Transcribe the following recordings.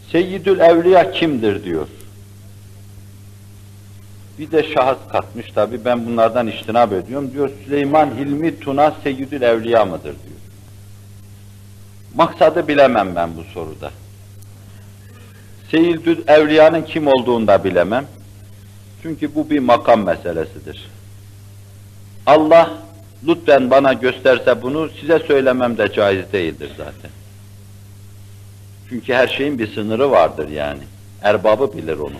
Seyyidül Evliya kimdir diyor. Bir de şahıs katmış tabi, ben bunlardan içtinab ediyorum. Diyor Süleyman Hilmi Tuna Seyyidül Evliya mıdır diyor. Maksadı bilemem ben bu soruda. Seyyidül Evliya'nın kim olduğunu da bilemem. Çünkü bu bir makam meselesidir. Allah lütfen bana gösterse bunu, size söylemem de caiz değildir zaten. Çünkü her şeyin bir sınırı vardır yani. Erbabı bilir onu.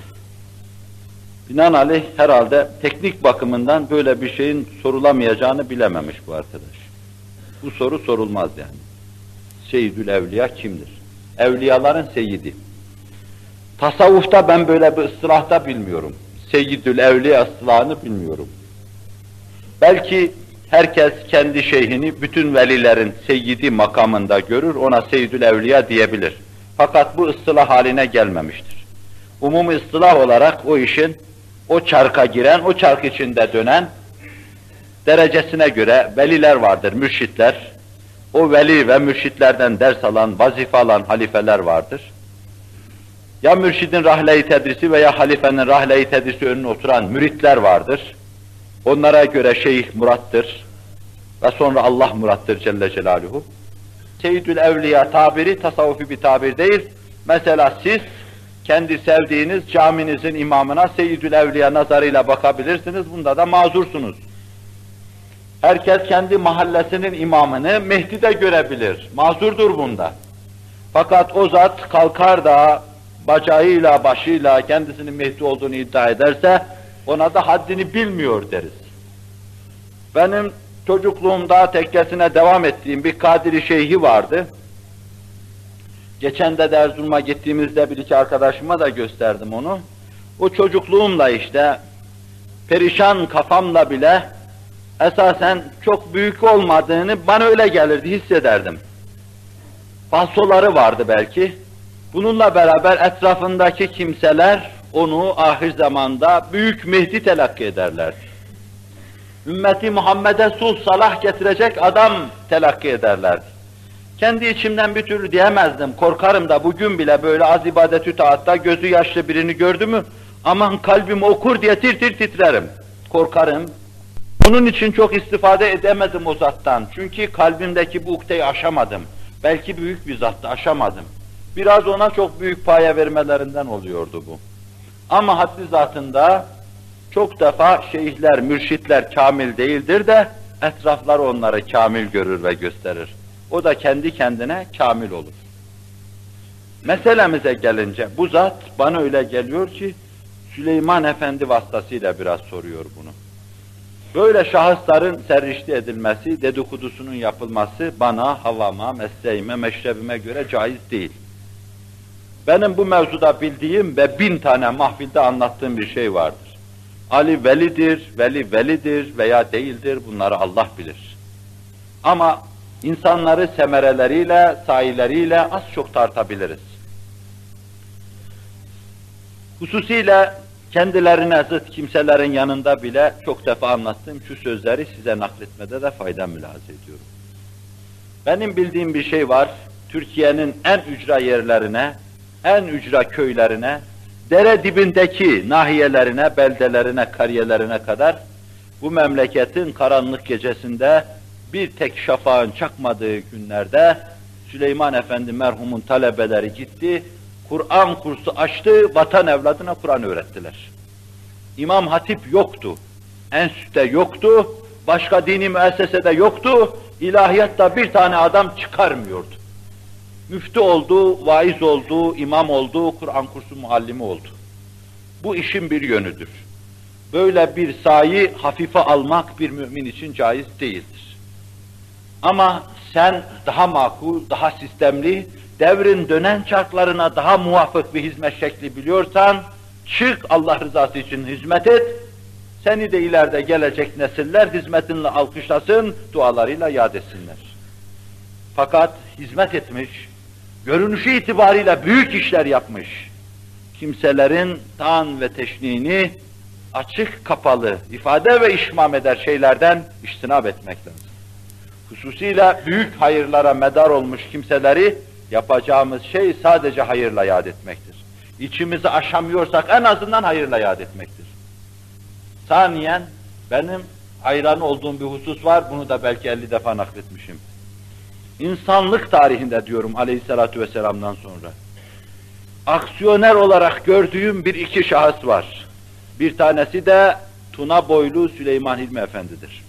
Binaenaleyh herhalde teknik bakımından böyle bir şeyin sorulamayacağını bilememiş bu arkadaş. Bu soru sorulmaz yani. Seyyidül Evliya kimdir? Evliyaların seyyidi. Tasavvufta ben böyle bir ıstılahta bilmiyorum. Seyyidül Evliya ıstılahını bilmiyorum. Belki herkes kendi şeyhini bütün velilerin seyyidi makamında görür, ona Seyyidül Evliya diyebilir. Fakat bu ıstılah haline gelmemiştir. Umumi ıstılah olarak o işin, o çarka giren, o çark içinde dönen, derecesine göre veliler vardır, mürşitler. O veli ve mürşitlerden ders alan, vazife alan halifeler vardır. Ya mürşidin rahle-i tedrisi veya halifenin rahle-i tedrisi önüne oturan müritler vardır. Onlara göre şeyh murattır ve sonra Allah murattır Celle Celaluhu. Seyyidül Evliya tabiri tasavvufi bir tabir değil. Mesela siz kendi sevdiğiniz caminizin imamına Seyyidül Evliya nazarıyla bakabilirsiniz. Bunda da mazursunuz. Herkes kendi mahallesinin imamını Mehdi'de görebilir. Mazurdur bunda. Fakat o zat kalkar da bacağıyla, başıyla kendisinin Mehdi olduğunu iddia ederse ona da haddini bilmiyor deriz. Benim çocukluğumda tekkesine devam ettiğim bir Kadiri Şeyhi vardı. Geçen de Erzurum'a gittiğimizde bir iki arkadaşıma da gösterdim onu. O çocukluğumla işte, perişan kafamla bile esasen çok büyük olmadığını bana öyle gelirdi, hissederdim. Falsoları vardı belki. Bununla beraber etrafındaki kimseler onu ahir zamanda Büyük Mehdi telakki ederlerdi. Ümmeti Muhammed'e sulh salah getirecek adam telakki ederlerdi. Kendi içimden bir türlü diyemezdim, korkarım da bugün bile böyle az ibadet-ü taatta gözü yaşlı birini gördü mü, aman kalbim okur diye tir tir titrerim, korkarım. Bunun için çok istifade edemedim o zattan, çünkü kalbimdeki bu ukdeyi aşamadım. Belki büyük bir zattı, aşamadım. Biraz ona çok büyük paya vermelerinden oluyordu bu. Ama haddi zatında çok defa şeyhler, mürşitler kamil değildir de etraflar onları kamil görür ve gösterir. O da kendi kendine kamil olur. Meselemize gelince bu zat bana öyle geliyor ki Süleyman Efendi vasıtasıyla biraz soruyor bunu. Böyle şahısların serrişti edilmesi, dedikodusunun yapılması bana, havama, mesleğime, meşrebime göre caiz değil. Benim bu mevzuda bildiğim ve 1000 tane mahfilde anlattığım bir şey vardır. Ali velidir, veli velidir veya değildir, bunları Allah bilir. Ama insanları semereleriyle, sayileriyle az çok tartabiliriz. Hususiyle kendilerine zıt kimselerin yanında bile çok defa anlattığım şu sözleri size nakletmede de fayda mülahaza ediyorum. Benim bildiğim bir şey var, Türkiye'nin en ücra yerlerine, en ücra köylerine, dere dibindeki nahiyelerine, beldelerine, kariyelerine kadar bu memleketin karanlık gecesinde bir tek şafağın çakmadığı günlerde Süleyman Efendi merhumun talebeleri gitti, Kur'an kursu açtı, vatan evladına Kur'an öğrettiler. İmam Hatip yoktu, enstitüde yoktu, başka dini müessesede yoktu, ilahiyatta bir tane adam çıkarmıyordu. Müftü oldu, vaiz oldu, imam oldu, Kur'an kursu muallimi oldu. Bu işin bir yönüdür. Böyle bir sayı hafife almak bir mümin için caiz değildir. Ama sen daha makul, daha sistemli, devrin dönen çarklarına daha muvafık bir hizmet şekli biliyorsan, çık Allah rızası için hizmet et, seni de ileride gelecek nesiller hizmetinle alkışlasın, dualarıyla yad etsinler. Fakat hizmet etmiş, görünüşü itibariyle büyük işler yapmış kimselerin taan ve teşniğini açık kapalı ifade ve işmam eder şeylerden içtinab etmek lazım. Hususiyle büyük hayırlara medar olmuş kimseleri Yapacağımız şey sadece hayırla yad etmektir. İçimizi aşamıyorsak en azından hayırla yad etmektir. Saniyen, benim hayran olduğum bir husus var, bunu da belki 50 defa nakletmişim. İnsanlık tarihinde diyorum aleyhissalatu vesselam'dan sonra, aksiyoner olarak gördüğüm bir iki şahıs var. Bir tanesi de Tuna boylu Süleyman Hilmi Efendi'dir.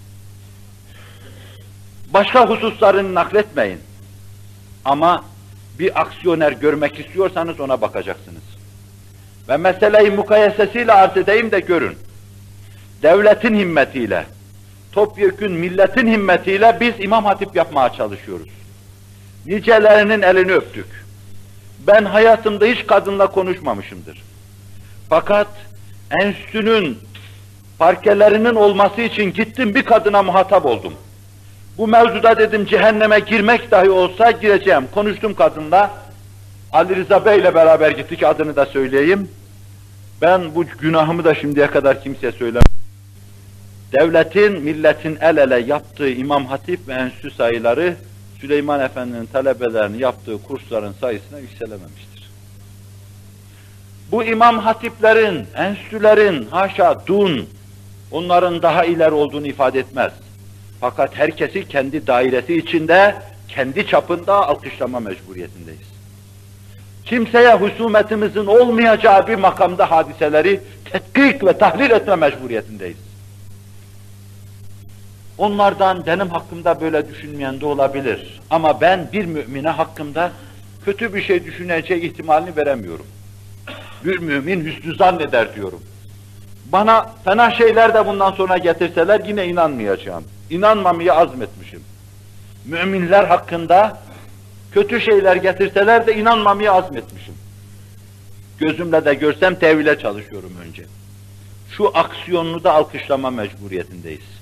Başka hususlarını nakletmeyin. Ama bir aksiyoner görmek istiyorsanız ona bakacaksınız. Ve meseleyi mukayesesiyle arz edeyim de görün. Devletin himmetiyle, topyekün milletin himmetiyle biz İmam Hatip yapmaya çalışıyoruz. Nicelerinin elini öptük. Ben hayatımda hiç kadınla konuşmamışımdır. Fakat enstitünün parkelerinin olması için gittim bir kadına muhatap oldum. Bu mevzuda dedim cehenneme girmek dahi olsa gireceğim. Konuştum kadınla. Ali Rıza Bey ile beraber gittik, adını da söyleyeyim. Ben bu günahımı da şimdiye kadar kimseye söylemedim. Devletin, milletin el ele yaptığı İmam Hatip ve enstitü sayıları Süleyman Efendi'nin talebelerinin yaptığı kursların sayısına yükselememiştir. Bu İmam Hatiplerin, enstitülerin, haşa dun, onların daha ileri olduğunu ifade etmez. Fakat herkesi kendi dairesi içinde, kendi çapında alkışlama mecburiyetindeyiz. Kimseye husumetimizin olmayacağı bir makamda hadiseleri tetkik ve tahlil etme mecburiyetindeyiz. Onlardan benim hakkımda böyle düşünmeyen de olabilir. Ama ben bir mümine hakkında kötü bir şey düşüneceği ihtimalini veremiyorum. Bir mümin hüsnü zanneder diyorum. Bana fena şeyler de bundan sonra getirseler yine inanmayacağım. İnanmamayı azmetmişim. Müminler hakkında kötü şeyler getirseler de inanmamayı azmetmişim. Gözümle de görsem tevhile çalışıyorum önce. Şu aksiyonunu da alkışlama mecburiyetindeyiz.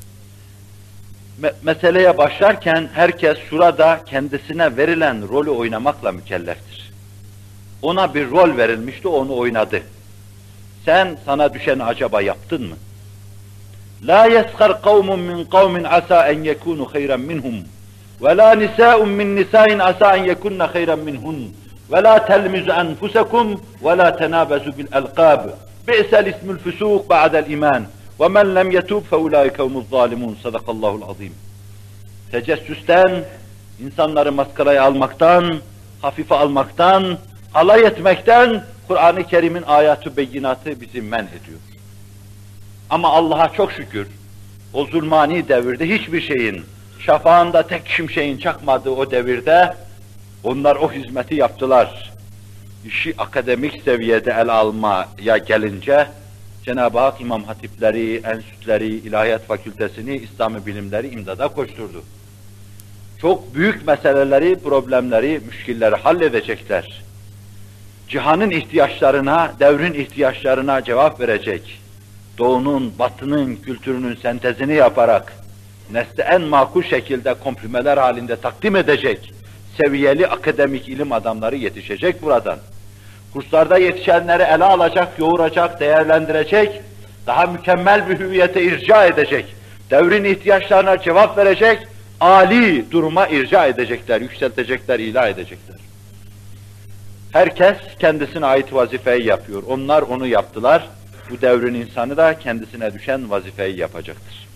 Meseleye başlarken herkes şurada kendisine verilen rolü oynamakla mükelleftir. Ona bir rol verilmişti, onu oynadı. Sen sana düşeni acaba yaptın mı? La yeskar kavmun min kavmin asa en yekunu hayran minhum ve la nisa'un min nisa'in asa en yekunna hayran minhun ve la telmizu enfusakum ve la tenabazu bil alqab bi'sel ismul fusuk ba'del iman ve men lem yetub fe ulaike humuz zalimun. Sadakallahul azim. Tecessüsten, insanları maskaraya almaktan, hafife almaktan, alay etmekten Kur'an-ı Kerim'in ayat-ı beyinatı bizi men ediyor. Ama Allah'a çok şükür, o zulmani devirde hiçbir şeyin, şafağında tek şimşeğin çakmadığı o devirde, onlar o hizmeti yaptılar. İşi akademik seviyede el almaya gelince, Cenab-ı Hak İmam Hatipleri, enstitüleri, İlahiyat Fakültesini, İslami bilimleri imdada koşturdu. Çok büyük meseleleri, problemleri, müşkilleri halledecekler. Cihanın ihtiyaçlarına, devrin ihtiyaçlarına cevap verecek, Doğu'nun, Batı'nın kültürünün sentezini yaparak, nesle en makul şekilde komprimeler halinde takdim edecek, seviyeli akademik ilim adamları yetişecek buradan. Kurslarda yetişenleri ele alacak, yoğuracak, değerlendirecek, daha mükemmel bir hüviyete irca edecek, devrin ihtiyaçlarına cevap verecek, âli duruma irca edecekler, yükseltecekler, ilah edecekler. Herkes kendisine ait vazifeyi yapıyor. Onlar onu yaptılar. Bu devrin insanı da kendisine düşen vazifeyi yapacaktır.